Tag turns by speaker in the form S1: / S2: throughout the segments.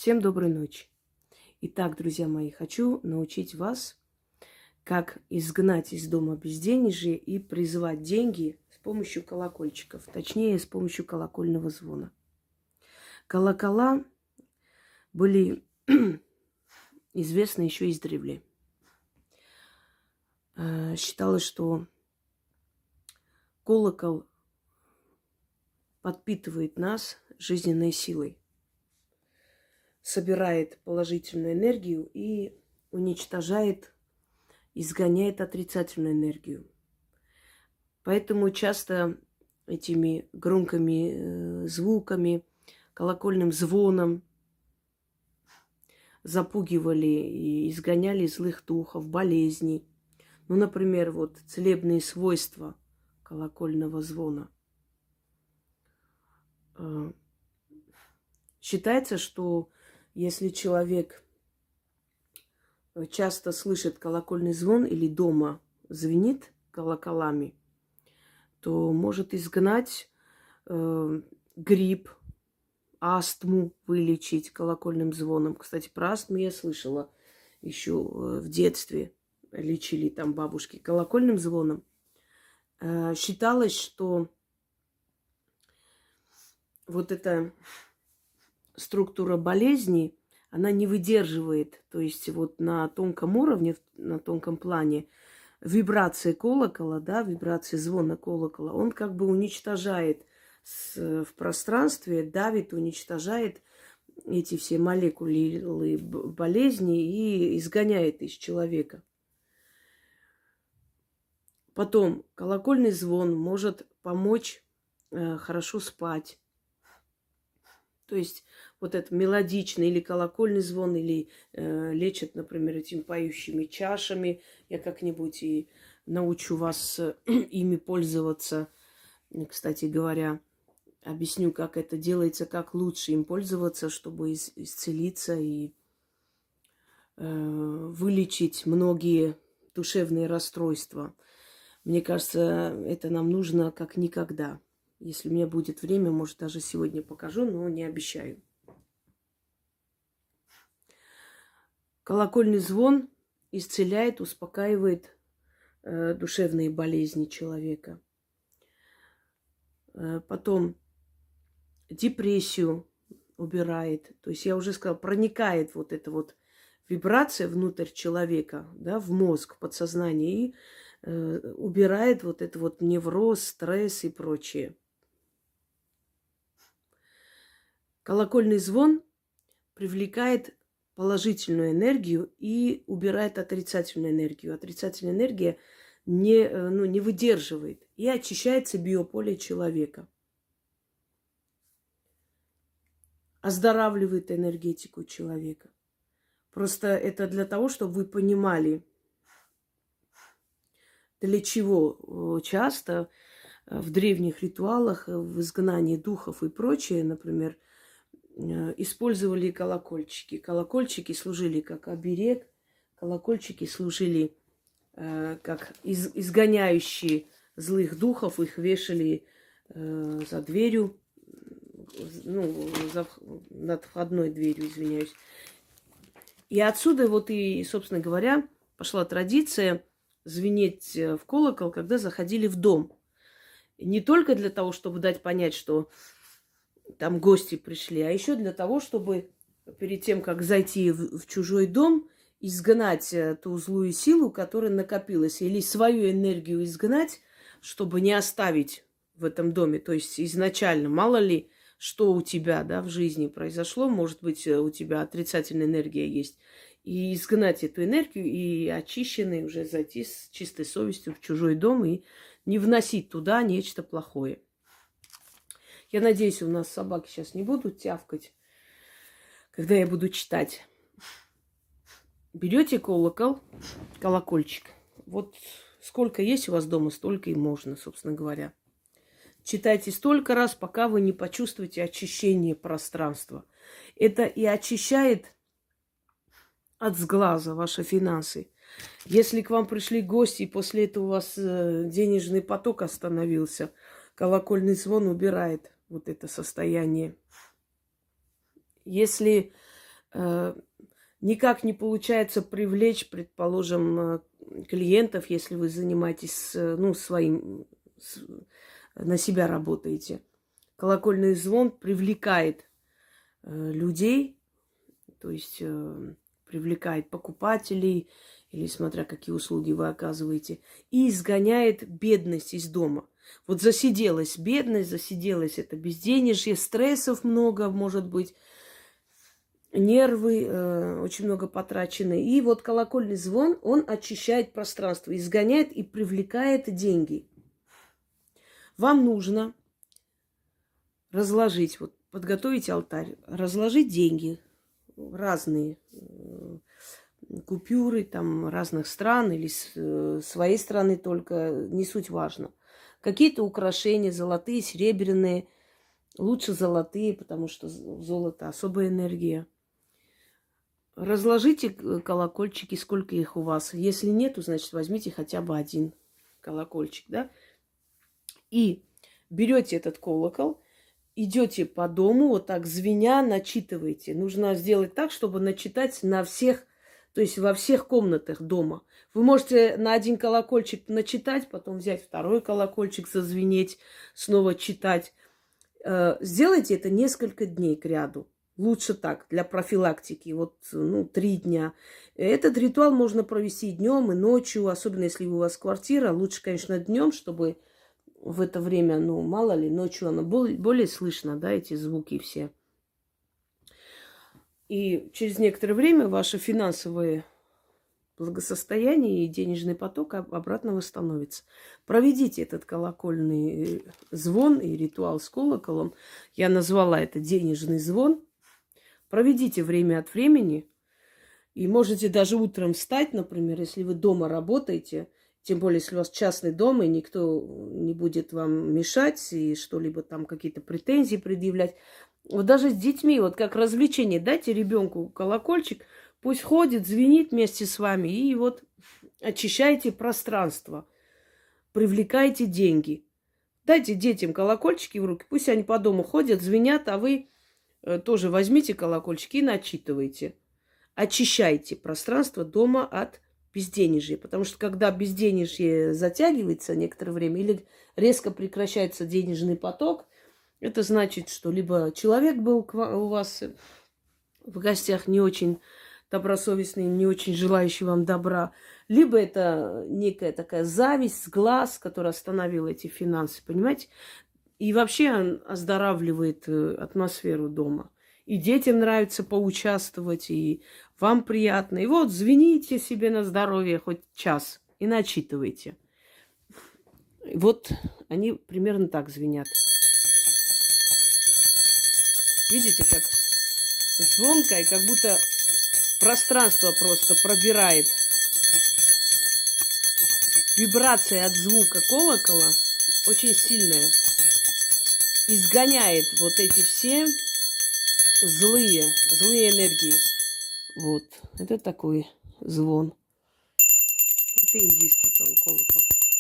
S1: Всем доброй ночи. Итак, друзья мои, хочу научить вас, как изгнать из дома безденежье и призвать деньги с помощью колокольчиков, точнее, с помощью колокольного звона. Колокола были известны еще издревле. Считалось, что колокол подпитывает нас жизненной силой, собирает положительную энергию и уничтожает, изгоняет отрицательную энергию. Поэтому часто этими громкими звуками, колокольным звоном запугивали и изгоняли злых духов, болезней. Ну, например, вот целебные свойства колокольного звона. Считается, что если человек часто слышит колокольный звон или дома звенит колоколами, то может изгнать грипп, астму вылечить колокольным звоном. Кстати, про астму я слышала еще в детстве. Лечили там бабушки колокольным звоном. Считалось, что вот эта структура болезни, она не выдерживает. То есть вот на тонком уровне, на тонком плане вибрации колокола, да, вибрации звона колокола, он как бы уничтожает в пространстве, давит, уничтожает эти все молекулы болезни и изгоняет из человека. Потом колокольный звон может помочь хорошо спать. То есть вот этот мелодичный или колокольный звон, или лечат, например, этими поющими чашами. Я как-нибудь и научу вас ими пользоваться. Кстати говоря, объясню, как это делается, как лучше им пользоваться, чтобы исцелиться и вылечить многие душевные расстройства. Мне кажется, это нам нужно как никогда. Если у меня будет время, может, даже сегодня покажу, но не обещаю. Колокольный звон исцеляет, успокаивает душевные болезни человека. Потом депрессию убирает. То есть, я уже сказала, проникает вот эта вот вибрация внутрь человека, да, в мозг, в подсознание, и убирает вот это вот невроз, стресс и прочее. Колокольный звон привлекает положительную энергию и убирает отрицательную энергию. Отрицательная энергия не выдерживает и очищается биополе человека. Оздоравливает энергетику человека. Просто это для того, чтобы вы понимали, для чего часто в древних ритуалах, в изгнании духов и прочее, например, использовали колокольчики. Колокольчики служили как оберег, колокольчики служили как изгоняющие злых духов, их вешали за дверью, над входной дверью, извиняюсь. И отсюда вот и, собственно говоря, пошла традиция звенеть в колокол, когда заходили в дом. Не только для того, чтобы дать понять, что там гости пришли, а еще для того, чтобы перед тем, как зайти в чужой дом, изгнать ту злую силу, которая накопилась, или свою энергию изгнать, чтобы не оставить в этом доме. То есть изначально, мало ли, что у тебя, да, в жизни произошло, может быть, у тебя отрицательная энергия есть, и изгнать эту энергию, и очищенный уже зайти с чистой совестью в чужой дом и не вносить туда нечто плохое. Я надеюсь, у нас собаки сейчас не будут тявкать, когда я буду читать. Берете колокольчик. Вот сколько есть у вас дома, столько и можно, собственно говоря. Читайте столько раз, пока вы не почувствуете очищение пространства. Это и очищает от сглаза ваши финансы. Если к вам пришли гости, и после этого у вас денежный поток остановился, колокольный звон убирает вот это состояние. Если э, никак не получается привлечь, предположим, клиентов, если вы занимаетесь, ну, своим, на себя работаете. Колокольный звон привлекает людей, то есть привлекает покупателей, или смотря какие услуги вы оказываете, и изгоняет бедность из дома. Вот засиделась бедность, засиделась это безденежье, стрессов много, может быть, нервы очень много потрачены. И вот колокольный звон, он очищает пространство, изгоняет и привлекает деньги. Вам нужно разложить, вот подготовить алтарь, разложить деньги разные, купюры там разных стран или своей страны только, не суть важно. Какие-то украшения, золотые, серебряные, лучше золотые, потому что золото особая энергия. Разложите колокольчики, сколько их у вас. Если нету, значит, возьмите хотя бы один колокольчик, да? И берете этот колокол, идете по дому, вот так звеня, начитываете. Нужно сделать так, чтобы начитать на всех, то есть во всех комнатах дома. Вы можете на один колокольчик начитать, потом взять второй колокольчик, зазвенеть, снова читать. Сделайте это несколько дней кряду. Лучше так, для профилактики. Вот, 3 дня. Этот ритуал можно провести днем и ночью, особенно если у вас квартира. Лучше, конечно, днем, чтобы в это время, мало ли, ночью оно более слышно, да, эти звуки все. И через некоторое время ваше финансовое благосостояние и денежный поток обратно восстановится. Проведите этот колокольный звон и ритуал с колоколом. Я назвала это денежный звон. Проведите время от времени. И можете даже утром встать, например, если вы дома работаете, тем более, если у вас частный дом, и никто не будет вам мешать, и что-либо там, какие-то претензии предъявлять. Вот даже с детьми, вот как развлечение, дайте ребенку колокольчик, пусть ходит, звенит вместе с вами, и вот очищайте пространство, привлекайте деньги. Дайте детям колокольчики в руки, пусть они по дому ходят, звенят, а вы тоже возьмите колокольчики и начитывайте. Очищайте пространство дома от безденежья. Потому что когда безденежье затягивается некоторое время или резко прекращается денежный поток, это значит, что либо человек был у вас в гостях не очень добросовестный, не очень желающий вам добра, либо это некая такая зависть, глаз, которая остановила эти финансы, понимаете? И вообще он оздоравливает атмосферу дома. И детям нравится поучаствовать, и вам приятно. И вот звените себе на здоровье хоть час и начитывайте. Вот они примерно так звенят. Видите, как звонко, и как будто пространство просто пробирает. Вибрация от звука колокола очень сильная. Изгоняет вот эти все злые энергии. Вот. Это такой звон. Это индийский колокол.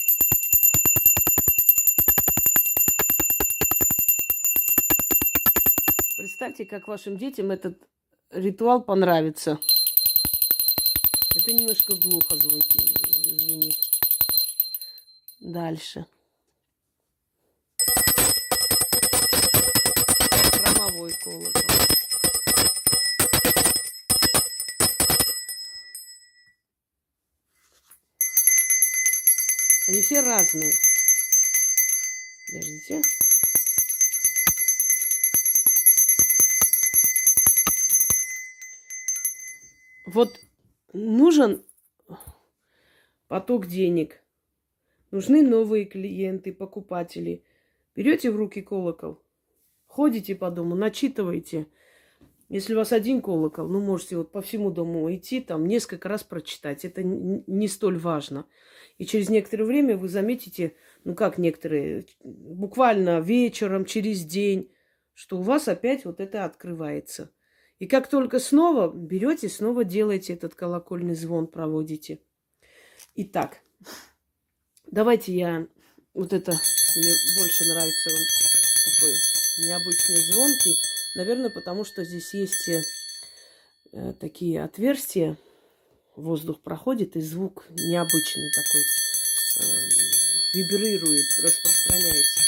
S1: Представьте, как вашим детям этот ритуал понравится. Это немножко глухо звенит. Дальше. Хромовой колокол. Они все разные. Подождите. Вот нужен поток денег. Нужны новые клиенты, покупатели. Берете в руки колокол, ходите по дому, начитываете. Если у вас один колокол, можете вот по всему дому идти, там несколько раз прочитать. Это не столь важно. И через некоторое время вы заметите, как некоторые, буквально вечером, через день, что у вас опять вот это открывается. И как только снова берете, снова делаете этот колокольный звон, проводите. Итак, давайте я вот это, мне больше нравится он такой необычный звонкий. Наверное, потому что здесь есть такие отверстия, воздух проходит, и звук необычный такой, вибрирует, распространяется.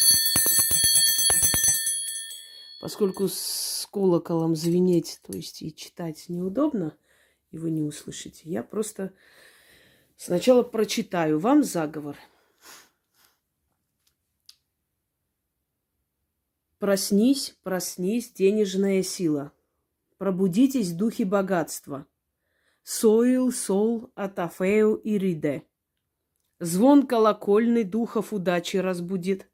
S1: Поскольку с колоколом звенеть, то есть и читать неудобно, и вы не услышите, я просто сначала прочитаю вам заговор. Проснись, проснись, денежная сила. Пробудитесь, духи богатства. Соил, сол, атафею и риде. Звон колокольный духов удачи разбудит.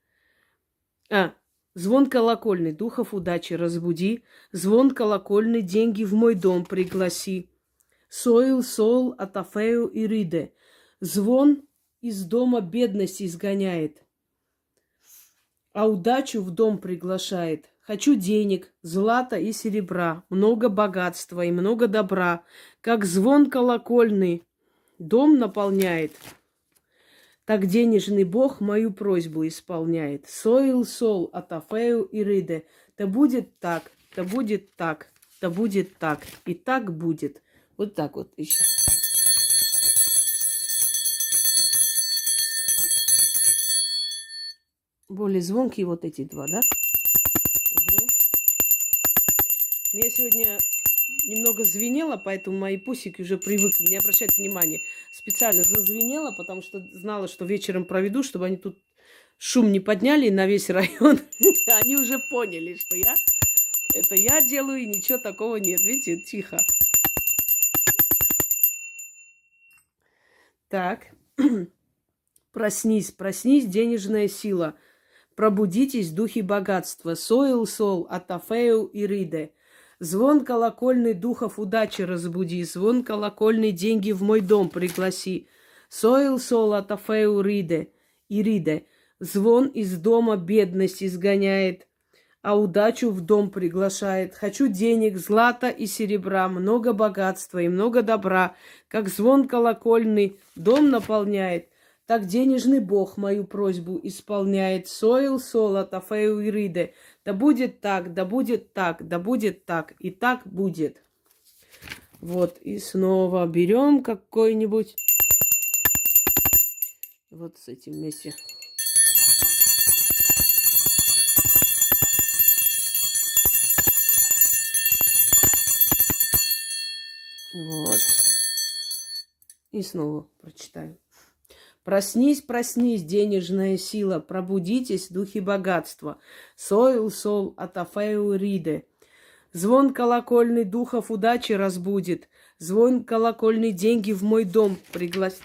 S1: Звон колокольный духов удачи разбуди. Звон колокольный деньги в мой дом пригласи. Соил, сол, атафею и риде. Звон из дома бедности изгоняет, а удачу в дом приглашает. Хочу денег, злата и серебра, много богатства и много добра, как звон колокольный дом наполняет. Так денежный Бог мою просьбу исполняет. Соил, сол, атафею и риде. Да будет так, да будет так, да будет так, и так будет. Вот так вот еще. Более звонкие вот эти два, да? Угу. Мне сегодня немного звенело, поэтому мои пусики уже привыкли, не обращать внимания. Специально зазвенело, потому что знала, что вечером проведу, чтобы они тут шум не подняли на весь район. Они уже поняли, что это я делаю, и ничего такого нет. Видите, тихо. Так. Проснись, проснись, денежная сила. Пробудитесь, духи богатства. Соил, сол, атафею и риде. Звон колокольный духов удачи разбуди. Звон колокольный деньги в мой дом пригласи. Соил, сол, атафею и риде. Звон из дома бедность изгоняет, а удачу в дом приглашает. Хочу денег, злата и серебра, много богатства и много добра. Как звон колокольный дом наполняет, так денежный Бог мою просьбу исполняет. Соил, сол, атафею и риде. Да будет так, да будет так, да будет так, и так будет. Вот, и снова берем какой-нибудь. Вот с этим вместе. Вот. И снова прочитаю. Проснись, проснись, денежная сила, пробудитесь, духи богатства. Соил, сол, атафею, риде. Звон колокольный духов удачи разбудит. Звон колокольный деньги в мой дом пригласит.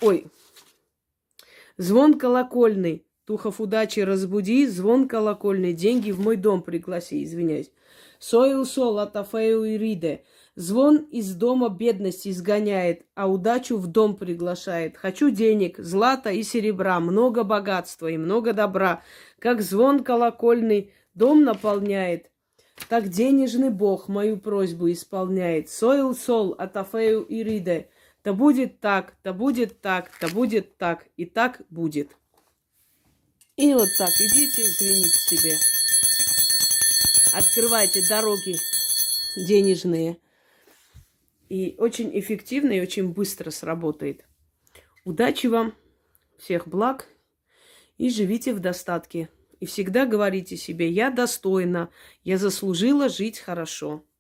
S1: Звон колокольный духов удачи разбуди. Звон колокольный деньги в мой дом пригласи. Извиняюсь. Соил, сол, атафею и риде. Звон из дома бедности изгоняет, а удачу в дом приглашает. Хочу денег, злата и серебра, много богатства и много добра. Как звон колокольный дом наполняет, так денежный Бог мою просьбу исполняет. Соил, сол, атафею и риде. Да будет так, да будет так, да будет так, и так будет. И вот так идите, звените себе. Открывайте дороги денежные. И очень эффективно и очень быстро сработает. Удачи вам, всех благ и живите в достатке. И всегда говорите себе: я достойна, я заслужила жить хорошо.